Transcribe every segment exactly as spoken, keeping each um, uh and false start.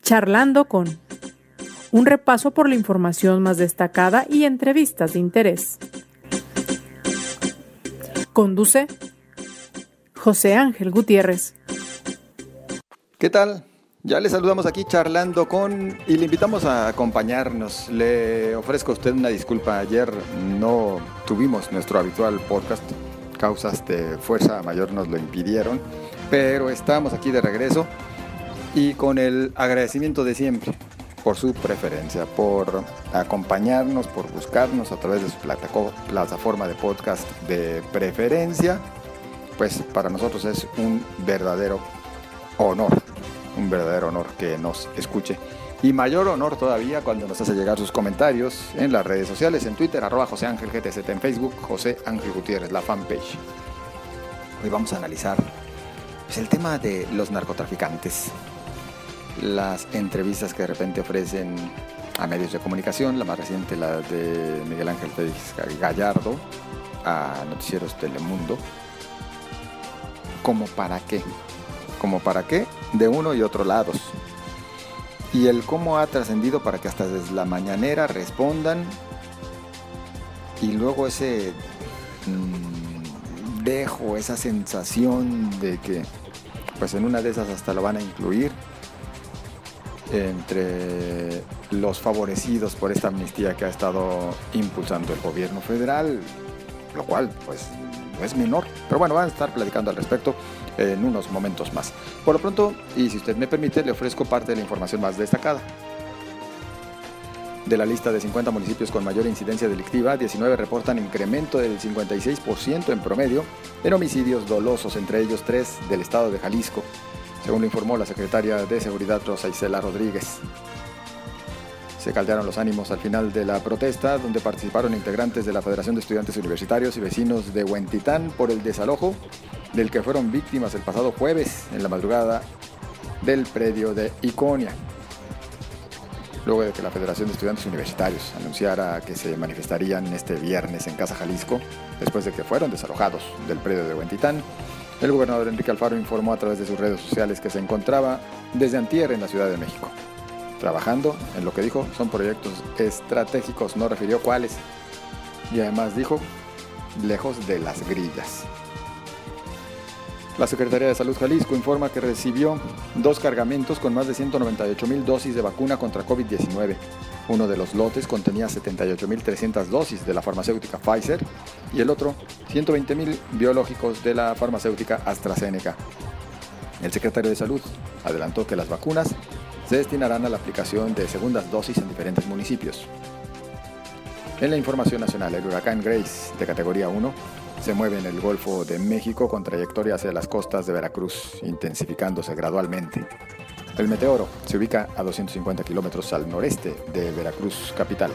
Charlando con un repaso por la información más destacada y entrevistas de interés. Conduce José Ángel Gutiérrez. ¿Qué tal? Ya le saludamos aquí charlando con y le invitamos a acompañarnos. Le ofrezco a usted una disculpa. Ayer no tuvimos nuestro habitual podcast. Causas de fuerza mayor nos lo impidieron. Pero estamos aquí de regreso y con el agradecimiento de siempre por su preferencia, por acompañarnos, por buscarnos a través de su plataforma de podcast de preferencia. Pues para nosotros es un verdadero honor, un verdadero honor que nos escuche. Y mayor honor todavía cuando nos hace llegar sus comentarios en las redes sociales, en Twitter, arroba José Ángel G T Z, en Facebook, José Ángel Gutiérrez, la fanpage. Hoy vamos a analizar pues, el tema de los narcotraficantes, las entrevistas que de repente ofrecen a medios de comunicación, la más reciente, la de Miguel Ángel Félix Gallardo, a Noticieros Telemundo. ¿Cómo para qué? ¿Cómo para qué? De uno y otro lados. Y el cómo ha trascendido para que hasta desde la mañanera respondan y luego ese mmm, dejo, esa sensación de que pues en una de esas hasta lo van a incluir entre los favorecidos por esta amnistía que ha estado impulsando el gobierno federal, lo cual pues no es menor, pero bueno, van a estar platicando al respecto en unos momentos más. Por lo pronto, y si usted me permite, le ofrezco parte de la información más destacada. De la lista de cincuenta municipios con mayor incidencia delictiva, diecinueve reportan incremento del cincuenta y seis por ciento en promedio en homicidios dolosos, entre ellos tres del estado de Jalisco, según lo informó la secretaria de Seguridad Rosa Isela Rodríguez. Se caldearon los ánimos al final de la protesta, donde participaron integrantes de la Federación de Estudiantes Universitarios y vecinos de Huentitán por el desalojo del que fueron víctimas el pasado jueves en la madrugada del predio de Iconia. Luego de que la Federación de Estudiantes Universitarios anunciara que se manifestarían este viernes en Casa Jalisco, después de que fueron desalojados del predio de Huentitán, el gobernador Enrique Alfaro informó a través de sus redes sociales que se encontraba desde antier en la Ciudad de México, trabajando en lo que dijo son proyectos estratégicos, no refirió cuáles, y además dijo, lejos de las grillas. La Secretaría de Salud Jalisco informa que recibió dos cargamentos con más de ciento noventa y ocho mil dosis de vacuna contra COVID diecinueve. Uno de los lotes contenía setenta y ocho mil trescientas dosis de la farmacéutica Pfizer y el otro ciento veinte mil biológicos de la farmacéutica AstraZeneca. El secretario de Salud adelantó que las vacunas se destinarán a la aplicación de segundas dosis en diferentes municipios. En la información nacional, el huracán Grace, de categoría uno, se mueve en el Golfo de México con trayectoria hacia las costas de Veracruz, intensificándose gradualmente. El meteoro se ubica a doscientos cincuenta kilómetros al noreste de Veracruz capital.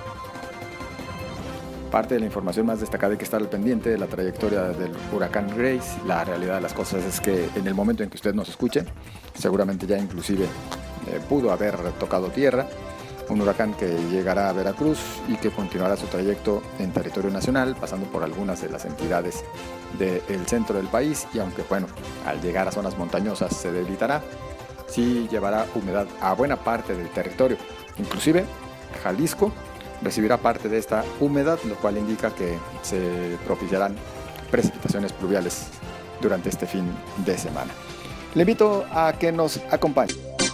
Parte de la información más destacada hay que estar al pendiente de la trayectoria del huracán Grace. La realidad de las cosas es que en el momento en que usted nos escuche, seguramente ya inclusive eh, pudo haber tocado tierra. Un huracán que llegará a Veracruz y que continuará su trayecto en territorio nacional, pasando por algunas de las entidades del centro del país, y aunque bueno, al llegar a zonas montañosas se debilitará, sí llevará humedad a buena parte del territorio. Inclusive Jalisco recibirá parte de esta humedad, lo cual indica que se propiciarán precipitaciones pluviales durante este fin de semana. Le invito a que nos acompañe.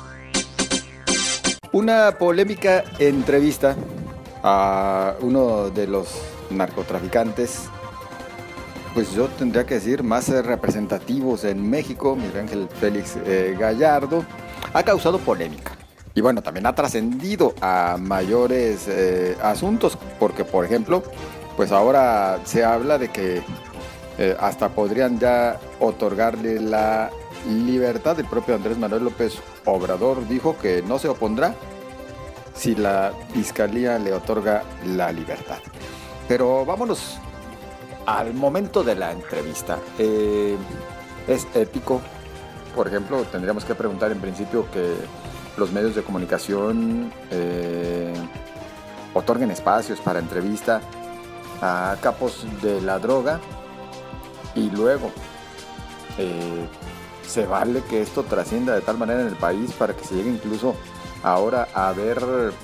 Una polémica entrevista a uno de los narcotraficantes, pues yo tendría que decir más representativos en México, Miguel Ángel Félix eh, Gallardo, ha causado polémica. Y bueno, también ha trascendido a mayores eh, asuntos, porque por ejemplo, pues ahora se habla de que eh, hasta podrían ya otorgarle la libertad. El propio Andrés Manuel López Obrador dijo que no se opondrá si la fiscalía le otorga la libertad. Pero vámonos al momento de la entrevista. Eh, es ético, por ejemplo, tendríamos que preguntar en principio que los medios de comunicación eh, otorguen espacios para entrevista a capos de la droga y luego eh, se vale que esto trascienda de tal manera en el país para que se llegue incluso ahora a ver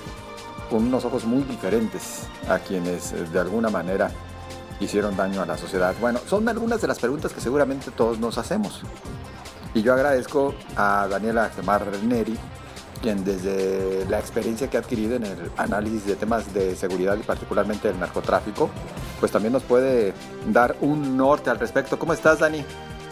con unos ojos muy diferentes a quienes de alguna manera hicieron daño a la sociedad? Bueno, son algunas de las preguntas que seguramente todos nos hacemos. Y yo agradezco a Daniela Gemar Neri, quien desde la experiencia que ha adquirido en el análisis de temas de seguridad y particularmente del narcotráfico, pues también nos puede dar un norte al respecto. ¿Cómo estás, Dani?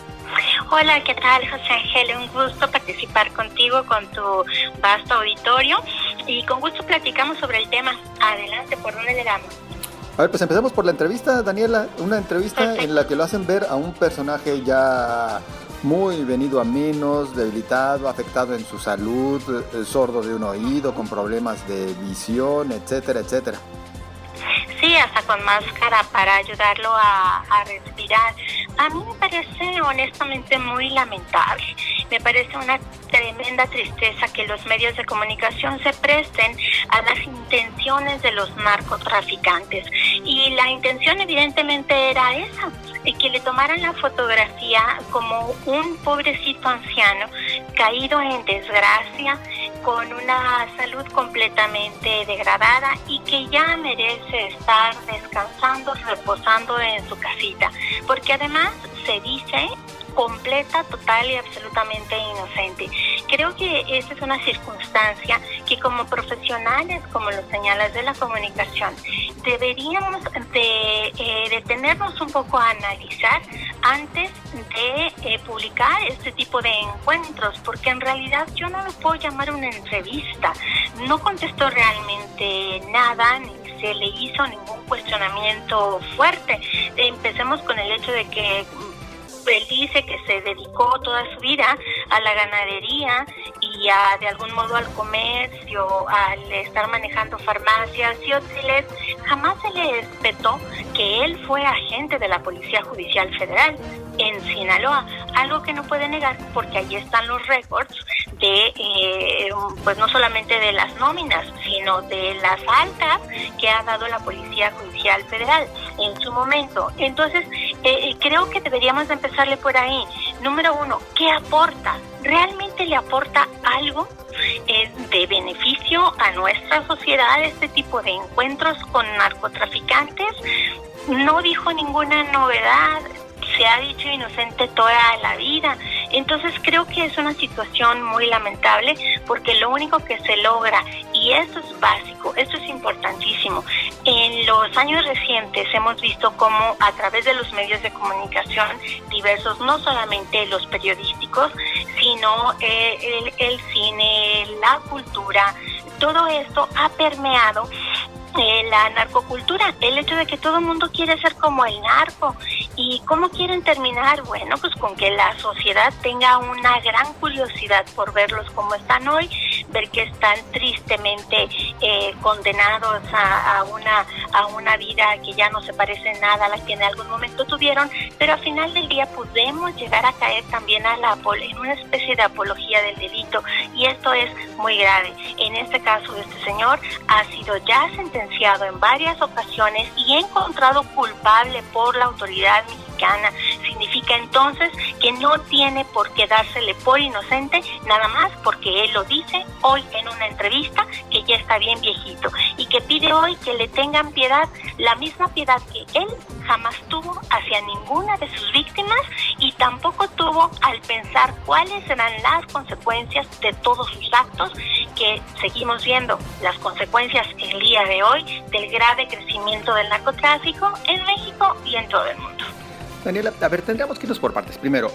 Hola, ¿qué tal, José Ángel? Un gusto participar contigo, con tu vasto auditorio, y con gusto platicamos sobre el tema. Adelante, ¿por dónde le damos? A ver, pues empecemos por la entrevista, Daniela. Una entrevista Perfecto. En la que lo hacen ver a un personaje ya muy venido a menos, debilitado, afectado en su salud, sordo de un oído, con problemas de visión, etcétera, etcétera. Sí, hasta con máscara para ayudarlo a, a respirar. A mí me parece honestamente muy lamentable. Me parece una tremenda tristeza que los medios de comunicación se presten a las intenciones de los narcotraficantes. Y la intención evidentemente era esa, que le tomaran la fotografía como un pobrecito anciano caído en desgracia, con una salud completamente degradada y que ya merece estar descansando, reposando en su casita, porque además se dice completa, total y absolutamente inocente. Creo que esta es una circunstancia que como profesionales, como lo señalas de la comunicación, deberíamos de eh, detenernos un poco a analizar antes de eh, publicar este tipo de encuentros, porque en realidad yo no lo puedo llamar una entrevista. No contestó realmente nada, ni se le hizo ningún cuestionamiento fuerte. Empecemos con el hecho de que él dice que se dedicó toda su vida a la ganadería y a, de algún modo, al comercio, al estar manejando farmacias y hoteles. Jamás se le respetó que él fue agente de la Policía Judicial Federal en Sinaloa, algo que no puede negar porque allí están los récords de, eh, pues no solamente de las nóminas, sino de las altas que ha dado la Policía Judicial Federal en su momento. Entonces, eh, creo que deberíamos de empezarle por ahí. Número uno, ¿qué aporta? ¿Realmente le aporta algo eh, de beneficio a nuestra sociedad este tipo de encuentros con narcotraficantes? No dijo ninguna novedad, se ha dicho inocente toda la vida. Entonces creo que es una situación muy lamentable, porque lo único que se logra, y esto es básico, esto es importantísimo, en los años recientes hemos visto cómo a través de los medios de comunicación diversos, no solamente los periodísticos, sino eh, el, el cine, la cultura, todo esto ha permeado Eh, la narcocultura, el hecho de que todo el mundo quiere ser como el narco. ¿Y cómo quieren terminar? Bueno, pues con que la sociedad tenga una gran curiosidad por verlos como están hoy, ver que están tristemente eh, condenados a, a una a una vida que ya no se parece nada a la que en algún momento tuvieron, pero al final del día podemos llegar a caer también a la en una especie de apología del delito, y esto es muy grave. En este caso, este señor ha sido ya sentenciado en varias ocasiones y encontrado culpable por la autoridad mexicana. Significa entonces que no tiene por qué dársele por inocente, nada más porque él lo dice hoy en una entrevista, que ya está bien viejito, y que pide hoy que le tengan piedad, la misma piedad que él jamás tuvo hacia ninguna de sus víctimas, y tampoco tuvo al pensar cuáles serán las consecuencias de todos sus actos, que seguimos viendo las consecuencias el día de hoy del grave crecimiento del narcotráfico en México y en todo el mundo. Daniela, a ver, tendríamos que irnos por partes. Primero,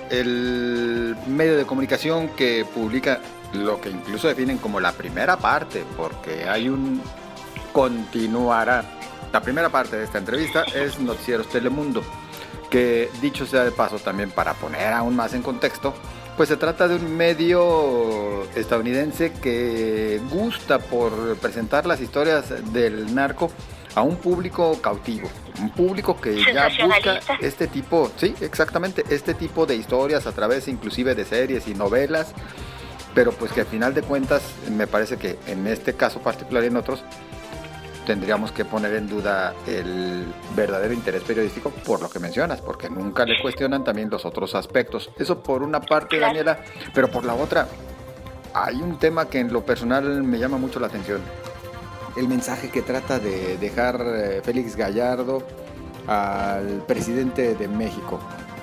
el medio de comunicación que publica lo que incluso definen como la primera parte, porque hay un continuará. La primera parte de esta entrevista es Noticieros Telemundo, que dicho sea de paso también para poner aún más en contexto, pues se trata de un medio estadounidense que gusta por presentar las historias del narco a un público cautivo, un público que ya busca este tipo, sí, exactamente, este tipo de historias a través inclusive de series y novelas, pero pues que al final de cuentas me parece que en este caso particular y en otros, tendríamos que poner en duda el verdadero interés periodístico por lo que mencionas, porque nunca le cuestionan también los otros aspectos. Eso por una parte, Daniela, pero por la otra, hay un tema que en lo personal me llama mucho la atención. El mensaje que trata de dejar eh, Félix Gallardo al presidente de México,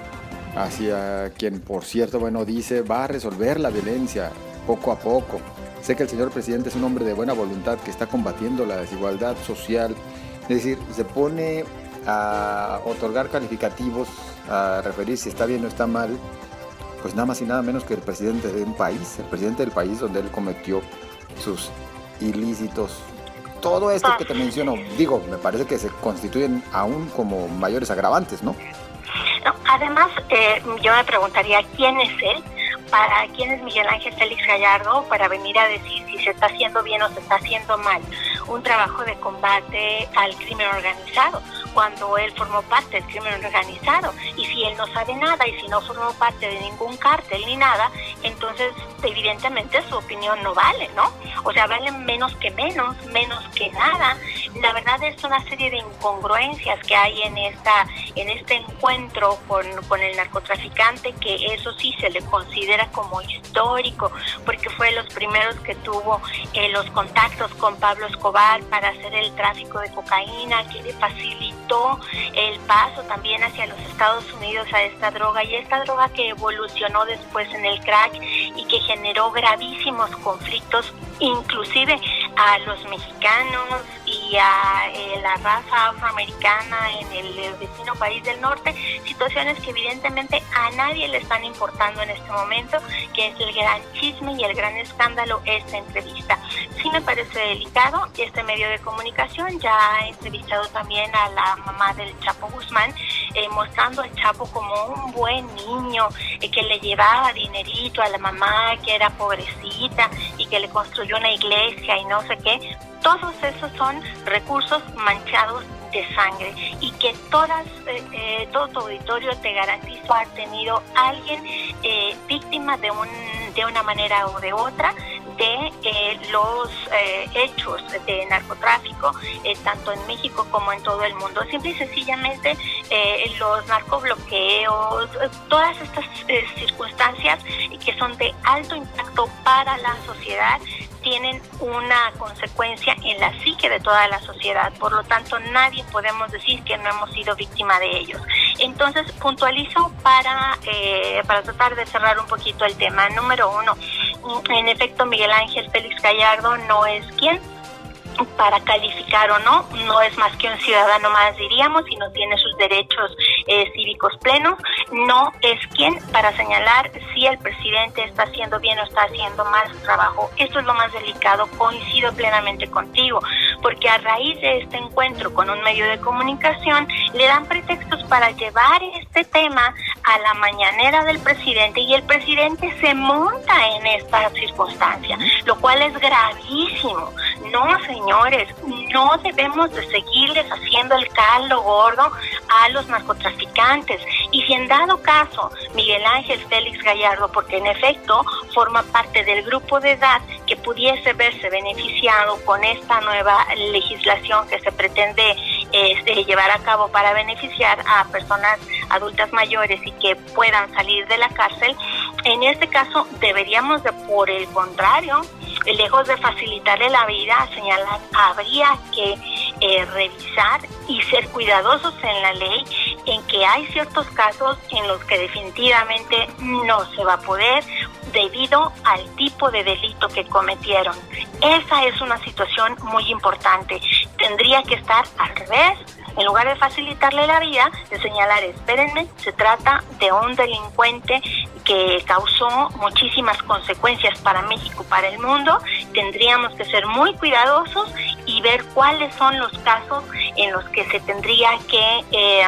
hacia quien, por cierto, bueno, dice va a resolver la violencia poco a poco. Sé que el señor presidente es un hombre de buena voluntad que está combatiendo la desigualdad social. Es decir, se pone a otorgar calificativos, a referir si está bien o está mal, pues nada más y nada menos que el presidente de un país, el presidente del país donde él cometió sus ilícitos. Todo esto que te menciono, digo, me parece que se constituyen aún como mayores agravantes, ¿no? No, además, eh, yo me preguntaría quién es él, para quién es Miguel Ángel Félix Gallardo, para venir a decir si se está haciendo bien o se está haciendo mal un trabajo de combate al crimen organizado, cuando él formó parte del crimen organizado. Y si él no sabe nada y si no formó parte de ningún cártel ni nada, entonces evidentemente su opinión no vale, ¿no? O sea, vale menos que menos, menos que nada. La verdad es una serie de incongruencias que hay en esta en este encuentro con, con el narcotraficante, que eso sí se le considera como histórico, porque fue los primeros que tuvo eh, los contactos con Pablo Escobar para hacer el tráfico de cocaína, que le facilitó el paso también hacia los Estados Unidos a esta droga, y esta droga que evolucionó después en el crack y que generó gravísimos conflictos, inclusive a los mexicanos y a eh, la raza afroamericana en el, el vecino país del norte, situaciones que evidentemente a nadie le están importando en este momento, que es el gran chisme y el gran escándalo esta entrevista. Sí me parece delicado. Este medio de comunicación ya ha entrevistado también a la mamá del Chapo Guzmán, eh, mostrando al Chapo como un buen niño, eh, que le llevaba dinerito a la mamá, que era pobrecita y que le construyó una iglesia y no sé qué. Todos esos son recursos manchados de sangre, y que todas eh, eh, todo tu auditorio, te garantizo, ha tenido alguien eh, víctima de un de una manera o de otra de eh, los eh, hechos de narcotráfico, eh, tanto en México como en todo el mundo. Simple y sencillamente eh, los narcobloqueos, todas estas eh, circunstancias que son de alto impacto para la sociedad, tienen una consecuencia en la psique de toda la sociedad. Por lo tanto, nadie podemos decir que no hemos sido víctima de ellos. Entonces, puntualizo para, eh, para tratar de cerrar un poquito el tema. Número uno, en efecto, Miguel Ángel Félix Gallardo no es quien para calificar o no, no es más que un ciudadano más, diríamos, y no tiene sus derechos eh, cívicos plenos. No es quien para señalar si el presidente está haciendo bien o está haciendo mal su trabajo. Esto es lo más delicado. Coincido plenamente contigo, porque a raíz de este encuentro con un medio de comunicación le dan pretextos para llevar este tema a la mañanera del presidente, y el presidente se monta en esta circunstancia, lo cual es gravísimo. No, señores, no debemos de seguirles haciendo el caldo gordo a los narcotraficantes. Y si en dado caso Miguel Ángel Félix Gallardo, porque en efecto forma parte del grupo de edad que pudiese verse beneficiado con esta nueva legislación que se pretende este, llevar a cabo para beneficiar a personas adultas mayores y que puedan salir de la cárcel, en este caso deberíamos de, por el contrario, lejos de facilitarle la vida, señalar, habría que eh, revisar y ser cuidadosos en la ley, en que hay ciertos casos en los que definitivamente no se va a poder debido al tipo de delito que cometieron. Esa es una situación muy importante. Tendría que estar al revés. En lugar de facilitarle la vida, de señalar, espérenme, se trata de un delincuente que causó muchísimas consecuencias para México, para el mundo. Tendríamos que ser muy cuidadosos y ver cuáles son los casos en los que se tendría que eh,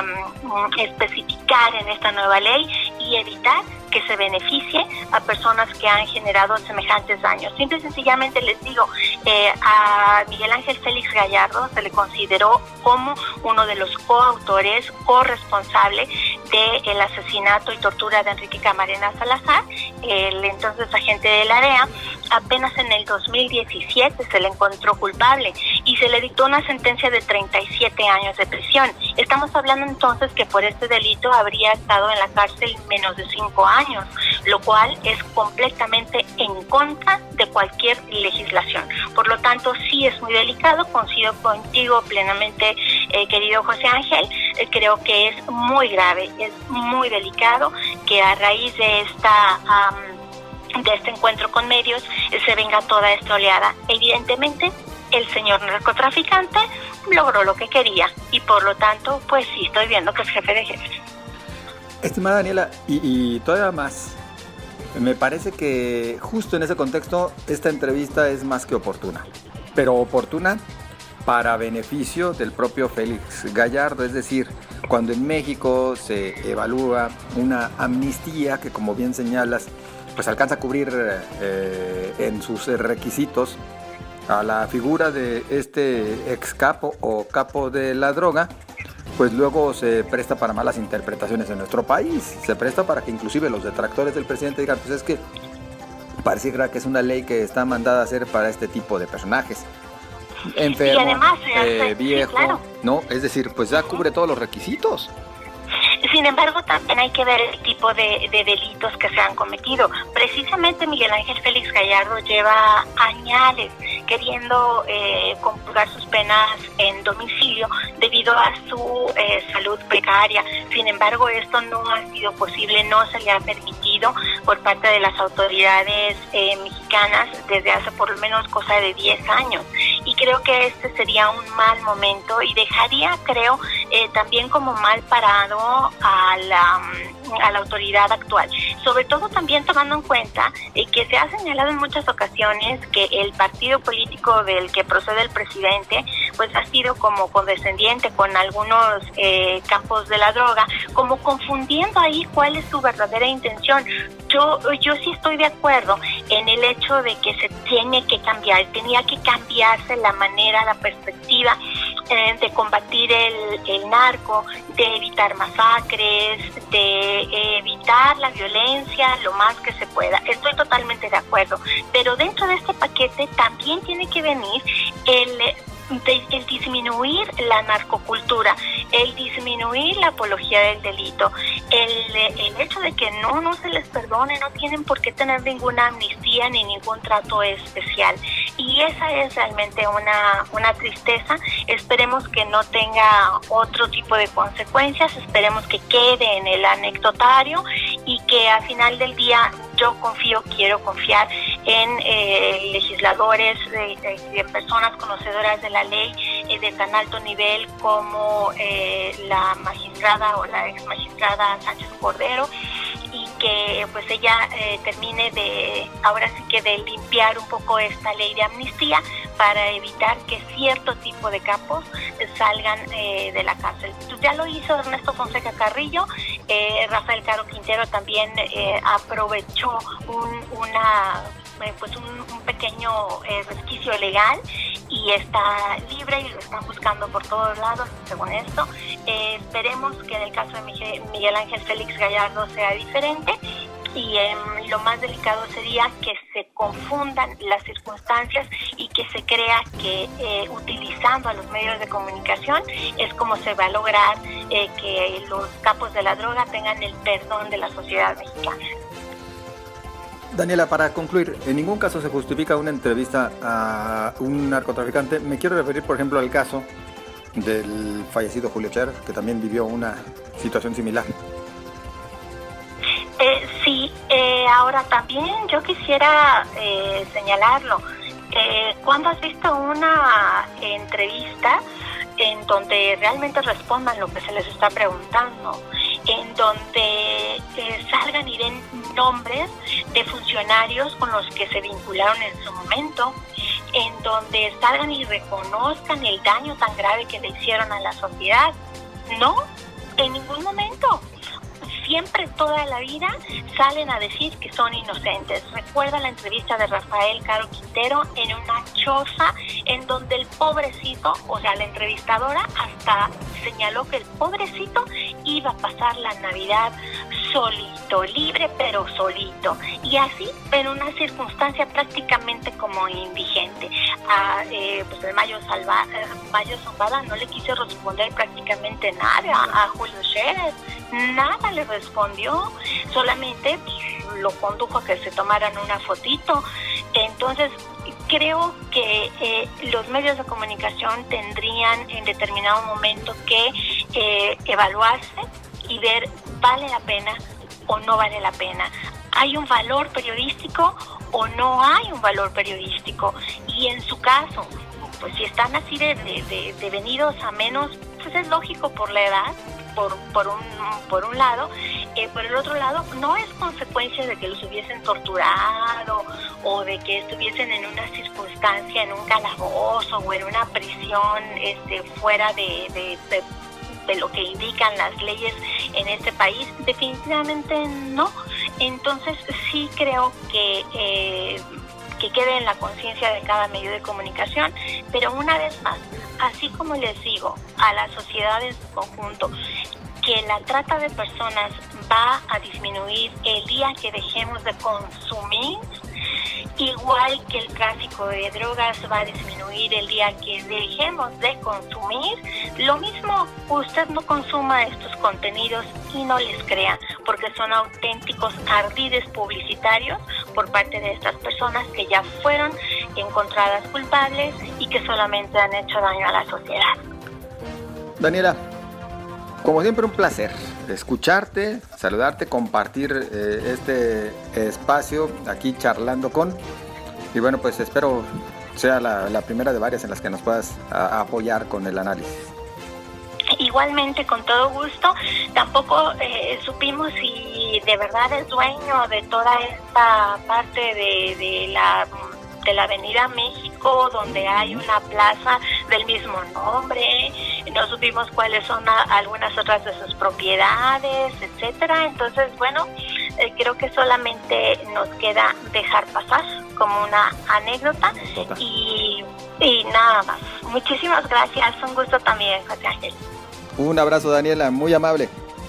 especificar en esta nueva ley y evitar que se beneficie a personas que han generado semejantes daños. Simple y sencillamente les digo, eh, a Miguel Ángel Félix Gallardo se le consideró como uno de los coautores, corresponsable del asesinato y tortura de Enrique Camarena Salazar, el entonces agente de la D E A, apenas en el dos mil diecisiete se le encontró culpable y se le dictó una sentencia de treinta y siete años de prisión. Estamos hablando entonces que por este delito habría estado en la cárcel menos de cinco años, lo cual es completamente en contra de cualquier legislación. Por lo tanto, sí es muy delicado, coincido contigo plenamente, eh, querido José Ángel, eh, creo que es muy grave, es muy delicado que a raíz de esta... Um, de este encuentro con medios eh, se venga toda esta oleada. Evidentemente, el señor narcotraficante logró lo que quería y por lo tanto, pues sí, estoy viendo que es jefe de jefes. Estimada Daniela, y, y todavía más, me parece que justo en ese contexto esta entrevista es más que oportuna, pero oportuna para beneficio del propio Félix Gallardo, es decir, cuando en México se evalúa una amnistía que, como bien señalas, pues alcanza a cubrir eh, en sus requisitos a la figura de este ex capo o capo de la droga, pues luego se presta para malas interpretaciones en nuestro país, se presta para que inclusive los detractores del presidente digan, pues es que pareciera que es una ley que está mandada a hacer para este tipo de personajes. Enfermo, y además, eh, viejo, sí, claro. ¿no? Es decir, pues ya cubre todos los requisitos. Sin embargo, también hay que ver el tipo de, de delitos que se han cometido. Precisamente Miguel Ángel Félix Gallardo lleva añales queriendo eh, compurgar sus penas en domicilio debido a su eh, salud precaria. Sin embargo, esto no ha sido posible, no se le ha permitido por parte de las autoridades eh, mexicanas desde hace por lo menos cosa de diez años. Y creo que este sería un mal momento y dejaría, creo, eh, también como mal parado a la, a la autoridad actual. Sobre todo también tomando en cuenta eh, que se ha señalado en muchas ocasiones que el partido político del que procede el presidente pues ha sido como condescendiente con algunos eh, campos de la droga, como confundiendo ahí cuál es su verdadera intención. Yo, yo sí estoy de acuerdo en el hecho de que se tiene que cambiar, tenía que cambiarse la manera, la perspectiva eh, de combatir el, el narco, de evitar masacres, de eh, evitar la violencia lo más que se pueda. Estoy totalmente de acuerdo, pero dentro de este paquete también tiene que venir el... De, el disminuir la narcocultura, el disminuir la apología del delito, el, el hecho de que no, no se les perdone, no tienen por qué tener ninguna amnistía ni ningún trato especial. Y esa es realmente una, una tristeza. Esperemos que no tenga otro tipo de consecuencias, esperemos que quede en el anecdotario y que al final del día yo confío, quiero confiar en eh, legisladores, de, de, de personas conocedoras de la ley eh, de tan alto nivel como eh, la magistrada o la ex magistrada Sánchez Cordero, y que pues ella eh, termine de, ahora sí que de limpiar un poco esta ley de amnistía para evitar que cierto tipo de capos eh, salgan eh, de la cárcel. Pues ya lo hizo Ernesto Fonseca Carrillo, eh, Rafael Caro Quintero también eh, aprovechó un, una eh, pues un, un pequeño eh, resquicio legal y está libre y lo están buscando por todos lados, según esto. Eh, esperemos que en el caso de Miguel, Miguel Ángel Félix Gallardo sea diferente y eh, lo más delicado sería que se confundan las circunstancias y que se crea que eh, utilizando a los medios de comunicación es como se va a lograr eh, que los capos de la droga tengan el perdón de la sociedad mexicana. Daniela, para concluir, en ningún caso se justifica una entrevista a un narcotraficante. Me quiero referir, por ejemplo, al caso del fallecido Julio Scherer, que también vivió una situación similar. Eh, sí, eh, ahora también yo quisiera eh, señalarlo. Eh, ¿Cuándo has visto una entrevista en donde realmente respondan lo que se les está preguntando? En donde eh, salgan y den nombres de funcionarios con los que se vincularon en su momento, en donde salgan y reconozcan el daño tan grave que le hicieron a la sociedad. No, en ningún momento. siempre, toda la vida, salen a decir que son inocentes. Recuerda la entrevista de Rafael Caro Quintero en una choza en donde el pobrecito, o sea, la entrevistadora hasta señaló que el pobrecito iba a pasar la Navidad solito, libre pero solito, y así en una circunstancia prácticamente como indigente. A eh, pues el Mayo Salva, eh, Mayo Zambada no le quiso responder prácticamente nada a Julio Scherer, nada le respondió, solamente pues, lo condujo a que se tomaran una fotito. Entonces creo que eh, los medios de comunicación tendrían en determinado momento que eh, evaluarse y ver vale la pena o no vale la pena. ¿Hay un valor periodístico o no hay un valor periodístico? Y en su caso, pues si están así de, de, de, de venidos a menos, pues es lógico por la edad, por, por, un, por un lado. Eh, por el otro lado, no es consecuencia de que los hubiesen torturado o de que estuviesen en una circunstancia, en un calabozo o en una prisión este, fuera de, de, de de lo que indican las leyes en este país, definitivamente no. Entonces sí creo que eh, que quede en la conciencia de cada medio de comunicación, pero una vez más, así como les digo a la sociedad en su conjunto que la trata de personas va a disminuir el día que dejemos de consumir, igual que el tráfico de drogas va a disminuir el día que dejemos de consumir, lo mismo, usted no consuma estos contenidos y no les crea, porque son auténticos ardides publicitarios por parte de estas personas que ya fueron encontradas culpables y que solamente han hecho daño a la sociedad. Daniela, como siempre un placer escucharte, saludarte, compartir eh, este espacio aquí charlando con, y bueno, pues espero sea la, la primera de varias en las que nos puedas a, apoyar con el análisis. Igualmente, con todo gusto. Tampoco eh, supimos si de verdad es dueño de toda esta parte de, de la de la Avenida México, donde hay una plaza del mismo nombre. No supimos cuáles son a, algunas otras de sus propiedades, etcétera. Entonces, bueno, eh, creo que solamente nos queda dejar pasar como una anécdota y, y nada más. Muchísimas gracias, un gusto también, José Ángel. Un abrazo, Daniela, muy amable.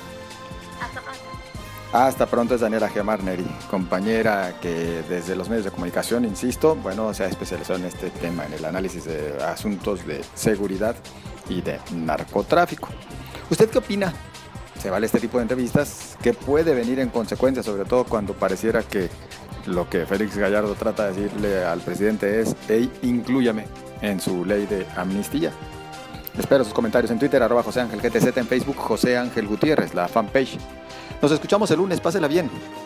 Hasta pronto. Hasta pronto. Es Daniela Gemar Neri, compañera que desde los medios de comunicación, insisto, bueno, se ha especializado en este tema, en el análisis de asuntos de seguridad y de narcotráfico. ¿Usted qué opina? ¿Se vale este tipo de entrevistas? ¿Qué puede venir en consecuencia, sobre todo cuando pareciera que lo que Félix Gallardo trata de decirle al presidente es: hey, inclúyame en su ley de amnistía? Espero sus comentarios en Twitter, arroba José Ángel G T Z, en Facebook, José Ángel Gutiérrez, la fanpage. Nos escuchamos el lunes, pásela bien.